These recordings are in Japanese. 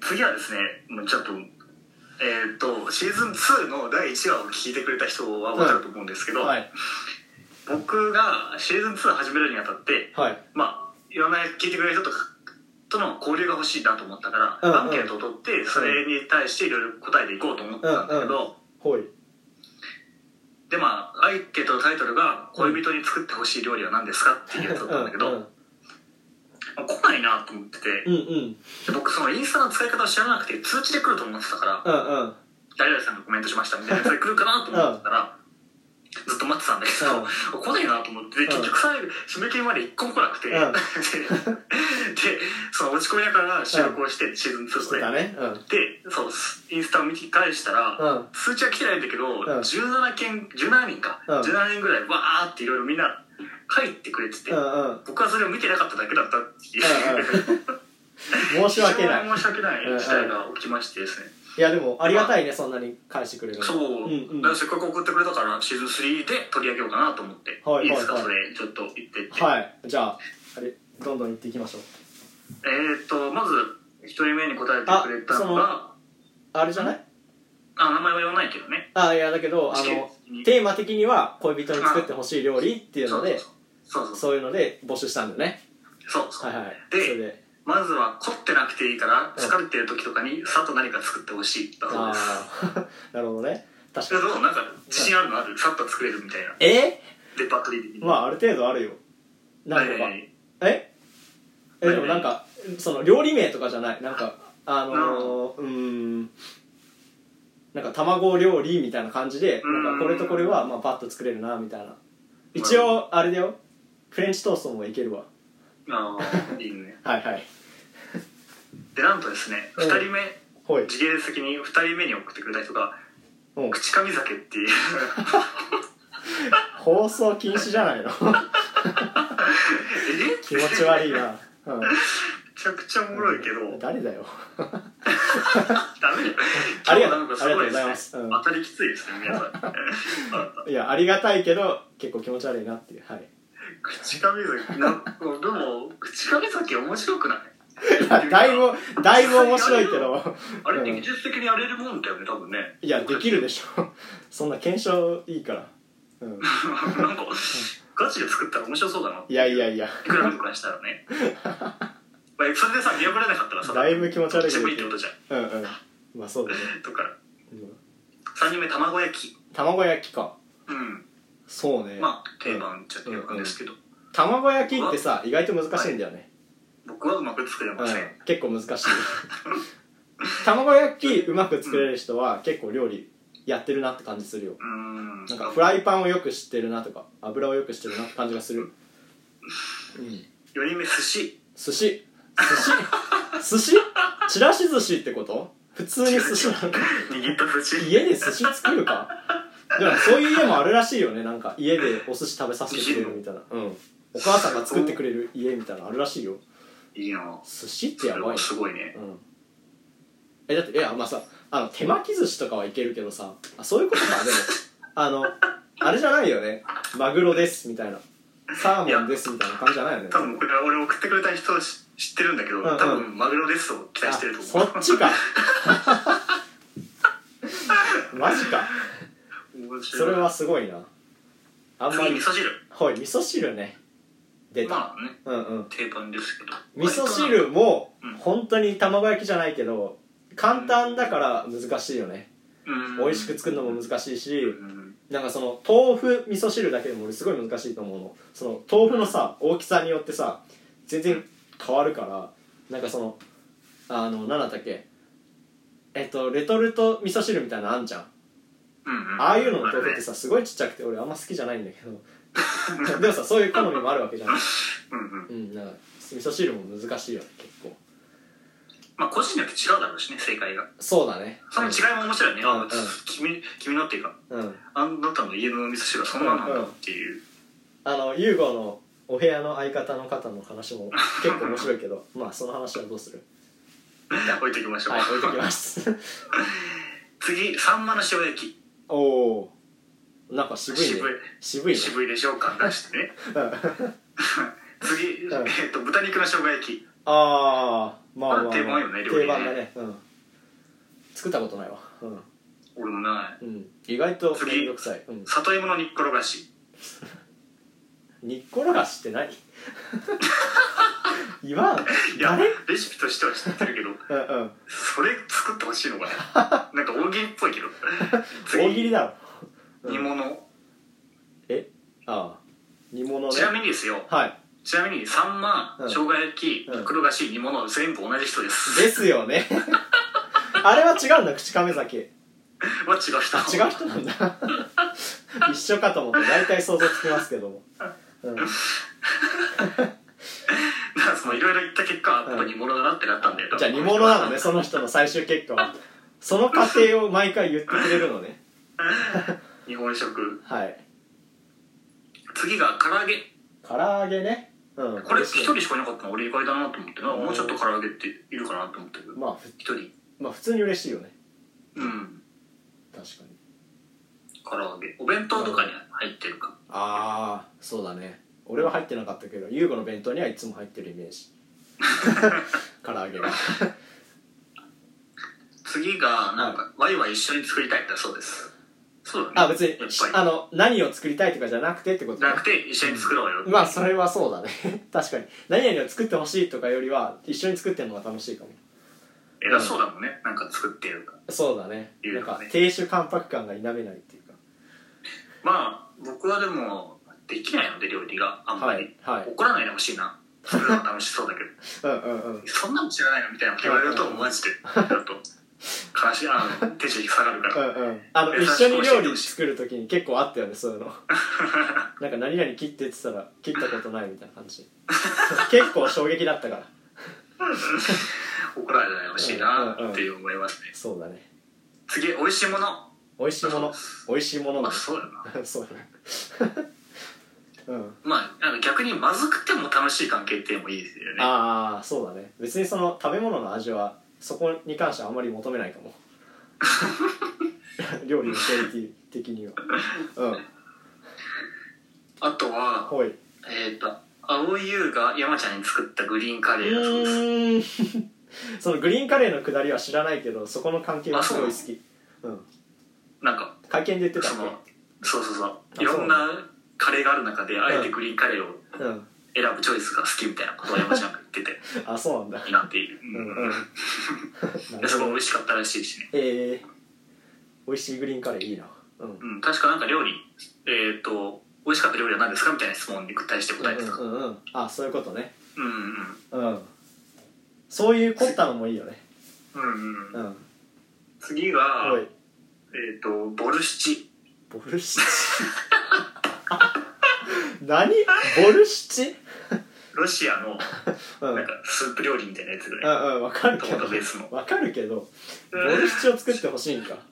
次はですね、もうちょっとシーズン2の第1話を聞いてくれた人は分かると思うんですけど、 はい、 僕がシーズン2を始めるにあたって、 はい、 まあいろんな聞いてくれる人との交流が欲しいなと思ったから、アンケートを取ってそれに対していろいろ答えていこうと思ったんだけど、でまあアンケートのタイトルが「恋人に作ってほしい料理は何ですか?」っていうやつだったんだけど、来ないなと思ってて、で僕そのインスタの使い方を知らなくて通知で来ると思ってたから、誰々さんがコメントしましたみたいなそれ来るかなと思ってたら、ずっと待ってたんだけど、来ないなと思って、結局最後締め切りまで一個も来なくて、でその落ち込みながら収録をして、シーズン2で、そうインスタを見返したら、通知は来てないんだけど、17人か、17人ぐらいわーっていろいろみんな書いてくれてて、僕はそれを見てなかっただけだったっていう申し訳ない申し訳ない事態が起きましてですね。 いやでもありがたいね、そんなに返してくれるの。 そう、だからせっかく送ってくれたからシーズン3で取り上げようかなと思って、いいですか、それちょっと言ってって。 はい、じゃあどんどん言っていきましょう。まず1人目に答えてくれたのがあれじゃない？ 名前は言わないけどね。 いやだけどテーマ的には恋人に作ってほしい料理っていうので、そういうので募集したんだよね。 そう、でまずは凝ってなくていいから疲れてる時とかにさっと何か作ってほしいだそうです。 なるほどね。確かになんか自信あるのある？さっと作れるみたいな。レパートリー的に。 まあある程度あるよ。なんとかでもなんかその料理名とかじゃない、なんかなんか卵料理みたいな感じで、なんかこれとこれはまあパッと作れるなみたいな。一応あれだよ、フレンチトーストもいけるわ。 いいね。 はいはい。 でなんとですね、2人目、時系列的に2人目に送ってくれた人が口噛み酒っていう放送禁止じゃないの気持ち悪いな。めちゃくちゃおもろいけど、 誰だよダメありがとうございます。 当たりきついですね皆さん。 いやありがたいけど結構気持ち悪いなっていう。はい、 口噛み酒でも口噛み酒面白くない？ だいぶ面白いけどあれ技術的にやれるもんだよね多分ね。 いやできるでしょそんな検証いいから。 なんかガチで作ったら面白そうだな。 いやいくらとかしたらねそれでさ見破れなかったらさだいぶ気持ち悪いけど、 いいってことじゃん。 まあそうだね。 とか3人目卵焼きか。そうね。 まあ定番っちゃ定番ですけど、 卵焼きってさ意外と難しいんだよね。 僕はうまく作れません。 結構難しい卵焼きうまく作れる人は結構料理やってるなって感じするよ。なんかフライパンをよく知ってるなとか油をよく知ってるなって感じがする。 4人目寿司ちらし寿司ってこと？普通に寿司なの？ 握った寿司家で寿司作るか？でもそういう家もあるらしいよね。なんか家でお寿司食べさせてくれるみたいな。お母さんが作ってくれる家みたいなのあるらしいよ。 いいな。 寿司ってやばいね。 すごいね。 だってまあさ手巻き寿司とかはいけるけどさ、そういうことか。でもあれじゃないよね。マグロですみたいな、サーモンですみたいな感じじゃないよね。 多分これ俺送ってくれた人知ってるんだけど、多分マグロですと期待してると思う。 そっちかマジか。それはすごいな。あんまり味噌汁。 味噌汁ね。出た。 まあね、定番ですけど。 味噌汁も本当に卵焼きじゃないけど簡単だから難しいよね。美味しく作るのも難しいし、なんかその豆腐味噌汁だけでも俺すごい難しいと思うの。その豆腐のさ大きさによってさ全然変わるから、なんかその何だったっけ、レトルト味噌汁みたいなのあんじゃん。ああいうのの豆腐ってさすごいちっちゃくて俺あんま好きじゃないんだけどでもさそういう好みもあるわけじゃない。なんか味噌汁も難しいよね結構。 まあ個人によって違うだろうしね、正解が。 そうだね。 その違いも面白いね。君のっていうか、あなたの家の味噌汁はそんななんだっていう。 ユーゴのお部屋の相方の方の話も結構面白いけどまあその話はどうする？ 置いときましょう。 はい、置いときます次、サンマの塩焼き。 おお、なんか渋いね。渋いでしょうか出してね次、豚肉の生姜焼き。 まあまあ、 定番よね、料理ね。 定番だね。うん。作ったことないわ。うん。 俺もない。 うん。意外とめんどくさい。うん。 里芋の煮っころがし。 煮っころがしって何？言わん。 いや、レシピとしては知ってるけど、 うんうん。 それ作ってほしいのかな。なんか大喜利っぽいけど。 大喜利だろ。 煮物。 ああ。煮物ね。 ちなみにですよ。 はい。 ちなみにサンマ、生姜焼き、黒菓子、煮物全部同じ人です。 ですよね。あれは違うんだ、口亀酒。 は違う人。 違う人なんだ。一緒かと思って大体想像つきますけども。うん。だからそのいろいろ言った結果、やっぱ煮物だなってなったんだよ。 じゃあ煮物なのね、その人の最終結果は。その過程を毎回言ってくれるのね。 日本食。 はい。 次が唐揚げ。 唐揚げね。うん。 これ一人しかいなかったの俺意外だなと思って、もうちょっと唐揚げっているかなと思ってる。 まあ一人。 まあ普通に嬉しいよね。 うん。 確かに。 唐揚げ。お弁当とかに入ってるか。 ああ、そうだね。俺は入ってなかったけど、優吾の弁当にはいつも入ってるイメージ。唐揚げが。 次がなんか、ワイワイ一緒に作りたいってそうです。そうだね。 あ、別に何を作りたいとかじゃなくてってことね。 じゃなくて一緒に作ろうよ、 まあそれはそうだね。確かに何々を作ってほしいとかよりは一緒に作ってるのが楽しいかも。 偉そうだもんね、なんか作ってるか。 そうだね。なんか亭主関白感が否めないっていうか。 まあ僕はでもできないので料理があんまり、 はい、 怒らないでほしいな。それは楽しそうだけど。そんなの知らないのみたいなこと言われるとマジでだと悲しい、テンション下がるから。 一緒に料理作る時に結構あったよね、そういうの。なんか何々切ってって言ったら切ったことないみたいな感じ。結構衝撃だったから。 怒られないでほしいなって思いますね。 そうだね。 次、美味しいもの。 美味しいもの。美味しいものだ。 そうだな。 そうだね。 まあ逆にまずくても楽しい関係ってもいいですよね。 ああ、そうだね。別にその食べ物の味はそこに関してはあんまり求めないかも。料理のクオリティ的には。 あとは青井優が山ちゃんに作ったグリーンカレーだそうです。 そのグリーンカレーのくだりは知らないけど、そこの関係はすごい好き。 なんか会見で言ってたっけ。 そういろんなカレーがある中であえてグリーンカレーを選ぶチョイスが好きみたいなことを山ちゃんが言ってて。 あ、そうなんだ。 になっている。そこ美味しかったらしいしね。 美味しいグリーンカレーいいな。 確かなんか料理美味しかった料理は何ですかみたいな質問に対して答えてた。 あ、そういうことね。そういう凝ったのもいいよね。 次がボルシチ。 ボルシチ。何？ボルシチ？ ロシアのなんかスープ料理みたいなやつぐらい。 わかるけど。 トマトベースの。 わかるけど、ボルシチを作ってほしいんか。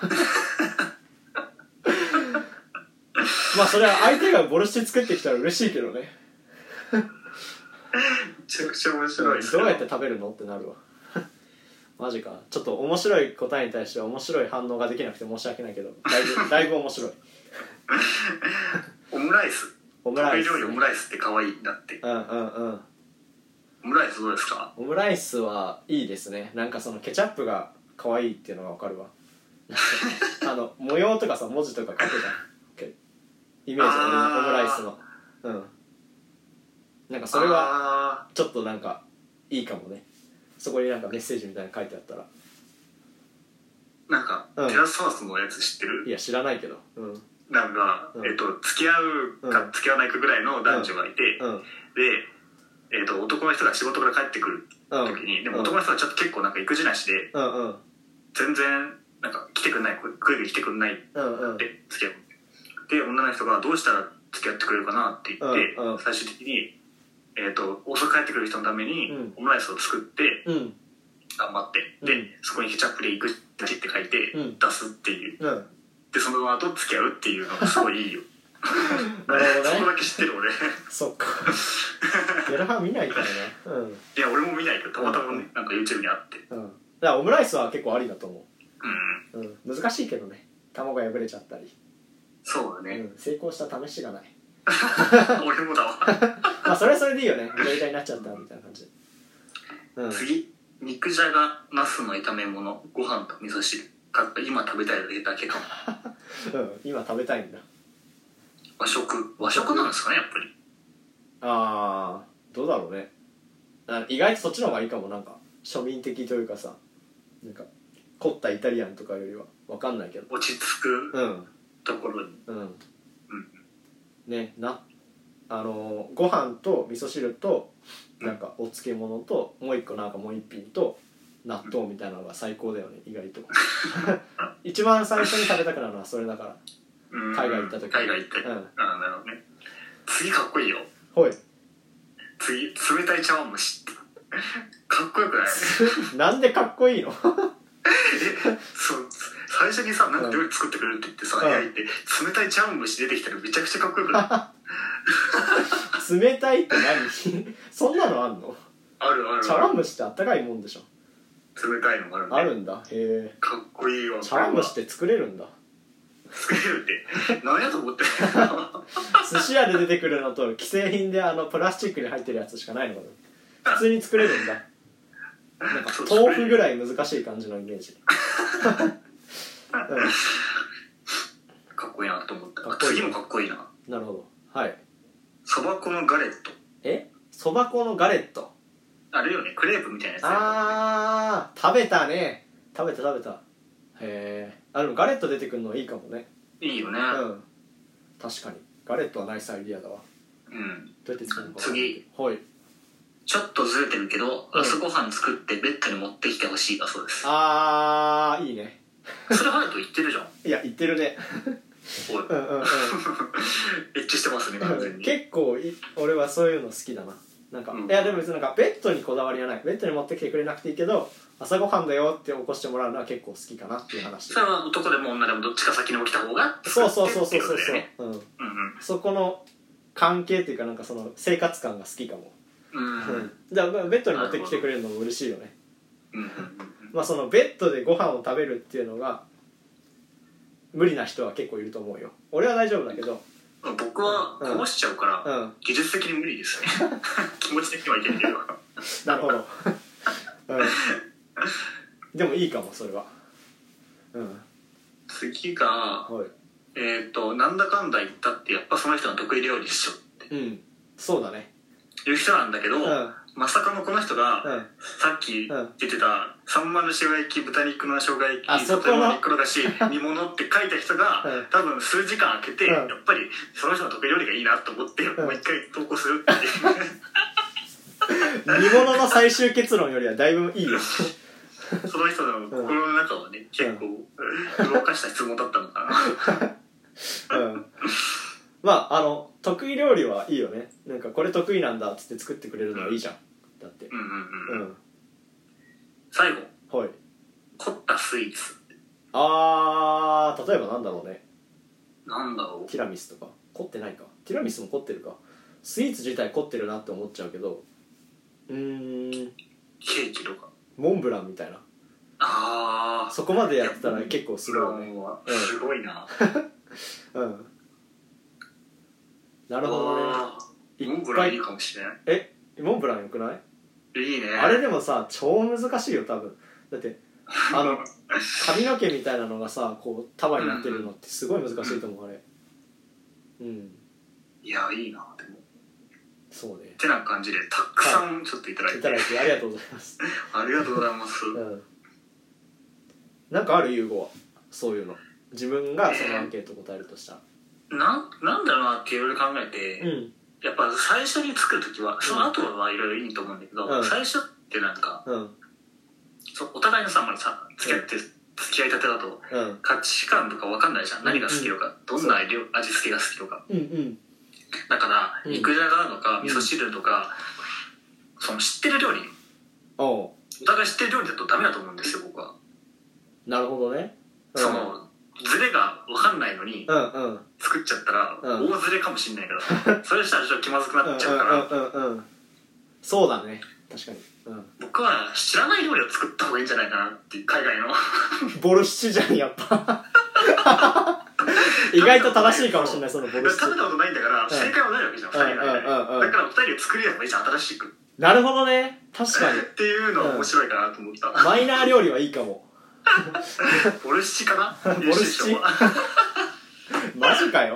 まあそれは相手がボルシチ作ってきたら嬉しいけどね。 めちゃくちゃ面白い。 どうやって食べるのってなるわ。マジか。ちょっと面白い答えに対しては面白い反応ができなくて申し訳ないけど、だいぶ面白い。 オムライス。得意料理オムライスって可愛いんだって。オムライスどうですか？ オムライスはいいですね。なんかそのケチャップが可愛いっていうのが分かるわ。模様とかさ、文字とか書くじゃん。イメージ、オムライスの。なんかそれはちょっとなんかいいかもね。そこになんかメッセージみたいなの書いてあったら。 なんかテラスハウスのやつ知ってる？ いや知らないけど。 なんか付き合うか付き合わないかぐらいの男女がいて、で男の人が仕事から帰ってくる時に、でも男の人はちょっと結構なんか育児なしで全然なんか来てくんない、来る来てくんないって付き合う。で女の人がどうしたら付き合ってくれるかなって言って最終的に遅く帰ってくる人のためにオムライスを作って頑張ってでそこにケチャップで「育児」って書いて出すっていう。でその後付き合うっていうのがすごいいいよ。 なるほどね。 そこだけ知ってる俺。 そっか。やるは見ないからね。 いや俺も見ないけどたまたまねなんか YouTube にあって。 だからオムライスは結構ありだと思う。難しいけどね。卵が破れちゃったり。 そうだね。 成功した試しがない。 俺もだわ。 まあそれはそれでいいよね。ぐちゃぐちゃになっちゃったみたいな感じ。 次肉じゃが、ナスの炒め物、ご飯と味噌汁。今食べたいだけかも。 うん、今食べたいんだ。 和食なんですかね、やっぱり。 あー、どうだろうね。意外とそっちの方がいいかも。なんか庶民的というかさ、なんか凝ったイタリアンとかよりは。分かんないけど落ち着くところに。 うん、うん、ね、ご飯と味噌汁となんかお漬物ともう一個なんかもう一品と納豆みたいなのが最高だよね、意外と一番最初に食べたくなるのはそれだから。海外行った時。 海外行って、なるほどね。次かっこいいよ。 ほい。 次、冷たい茶碗蒸しかっこよくないなんでかっこいいのそう最初にさ、なんか料理作ってくれるって言ってさ、部屋行って冷たい茶碗蒸し出てきたらめちゃくちゃかっこよくない冷たいって何そんなのあんの？ あるある。 茶碗蒸しってあったかいもんでしょ。 冷たいのもあるね。 あるんだ。へえ。 かっこいいわ。 茶碗蒸しって作れるんだ。 作れるって何やと思って寿司屋で出てくるのと既製品でプラスチックに入ってるやつしかないのかな。普通に作れるんだ。なんか豆腐ぐらい難しい感じのイメージかっこいいなと思った。次もかっこいいな。 なるほど。はい。 そば粉のガレット。 そば粉のガレットあるよね、クレープみたいなやつ。 あー、食べたね。食べた。へえ。でもガレット出てくるのはいいかもね。 いいよね。 確かにガレットはナイスアイディアだわ。どうやって作るのか。 次、 はい。 ちょっとずれてるけど、朝ごはん作ってベッドに持ってきてほしいだそうです。 あー、いいね。 それハヤト言ってるじゃん。 いや、言ってるね。 おい一致してますね、完全に。 結構俺はそういうの好きだな。なんか、いやでも別になんかベッドにこだわりはない。ベッドに持ってきてくれなくていいけど、朝ごはんだよって起こしてもらうのは結構好きかなっていう話。 それは男でも女でもどっちか先に起きた方がそう、そこの関係っていうか、なんかその生活感が好きかも。だからベッドに持ってきてくれるのも嬉しいよね。まあそのベッドでご飯を食べるっていうのが無理な人は結構いると思うよ。俺は大丈夫だけど。 僕はこぼしちゃうから、技術的に無理ですね気持ち的にはいけるけどなるほどでもいいかもそれは。 次が、なんだかんだ言ったってやっぱその人の得意料理っしょってそうだねいう人なんだけど、まさかのこの人が、さっき出てたサンマの生姜焼き、豚肉の生姜焼き、とても煮っ黒だし煮物って書いた人が、多分数時間空けて、やっぱりその人の得意料理がいいなと思って、もう一回投稿するっていう煮物の最終結論よりはだいぶいいよその人の心の中をね、結構動かした質問だったのかなまあ得意料理はいいよね。なんかこれ得意なんだっつって作ってくれるのはいいじゃん。だって最後、 はい、 凝ったスイーツ。 例えばなんだろうね。 なんだろう。 ティラミスとか凝ってないか。ティラミスも凝ってるか。スイーツ自体凝ってるなって思っちゃうけど、 ケーキとかモンブランみたいな。そこまでやってたら結構すごいよね。 すごいななるほどね。 モンブランいいかもしれない。 モンブランよくない？ いいね。 あれでもさ超難しいよ多分。だって髪の毛みたいなのがさこう束になってるのってすごい難しいと思うあれ。 いやいいな。でもそうね。 ってな感じでたくさんちょっといただいてありがとうございますありがとうございますなんかある？優吾はそういうの自分がそのアンケート答えるとしたら、 なんだろうなっていろいろ考えて、やっぱ最初に作るときはその後はいろいろいいと思うんだけど、最初ってなんか、お互いのさ、まださ付き合いたてだと、価値観とか分かんないじゃん。何が好きとか、どんな味付けが好きとか、だから肉じゃがとか味噌汁とか、その知ってる料理、お互い知ってる料理だとダメだと思うんですよ僕は。 なるほどね。 そのズレが分かんないのに作っちゃったら大ズレかもしんないからそれしたらちょっと気まずくなっちゃうからそうだね確かに。 僕は知らない料理を作った方がいいんじゃないかなっていう。海外のボルシチじゃんやっぱ意外と正しいかもしれない。そのボルシチ食べたことないんだから正解はないわけじゃん。2人なんでだから2人で作り合えばいいじゃん新しく。 なるほどね。 確かにっていうのは面白いかなと思った、 マイナー料理はいいかもボルシチかなボルシチマジかよ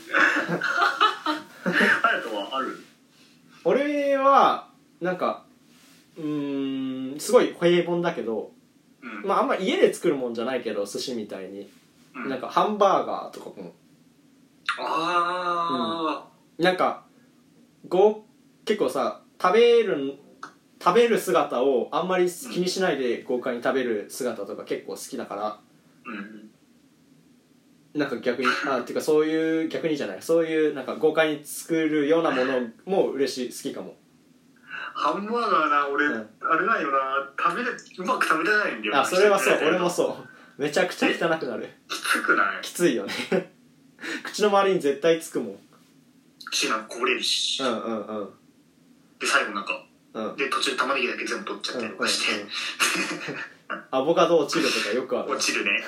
隼人はある？ 俺はなんかすごい平凡だけど、まああんま家で作るもんじゃないけど寿司みたいに、なんかハンバーガーとかもなんか結構さ食べる姿をあんまり気にしないで豪快に食べる姿とか結構好きだから、なんか逆にっていうかそういう逆にじゃないそういうなんか豪快に作るようなものも嬉しい好きかも。 ハンバーガーな俺、あれないよなうまく食べれないんだよな。 それはそう俺もそうめちゃくちゃ汚くなる。 きつくない？ きついよね口の周りに絶対つくもん。 口がこぼれるし、で最後なんか、で途中玉ねぎだけ全部取っちゃったりとかして、 アボカド落ちるとかよくある。 落ちるね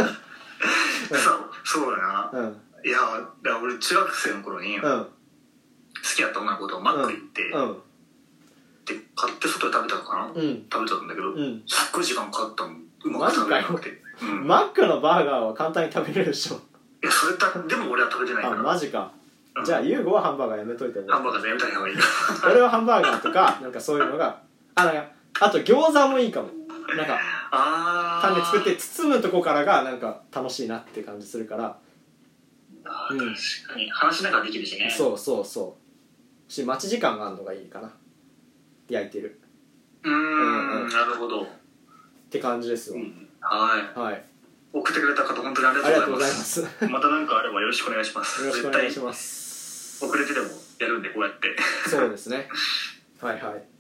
そうだな、いや俺中学生の頃に、好きだった女の子とマック行って、で買って外で食べたのかな、食べたんだけど、すっごい時間かかったの。うまく食べれなくて、 マックのバーガーは簡単に食べれるでしょ。 いやそれでも俺は食べてないから。 マジか。じゃあユーゴはハンバーガーやめといても。 ハンバーガーやめた方がいい俺はハンバーガーとかなんかそういうのがあと餃子もいいかも。なんか種作って包むとこからがなんか楽しいなって感じするから。 確かに話しながらできるしね。 そうし待ち時間があるのがいいかな。焼いてる。 なるほど。 って感じですわ。 はい。送ってくれた方本当にありがとうございます。また何かあればよろしくお願いします。 よろしくお願いします。 遅れてでもやるんでこうやって。 そうですね。はい。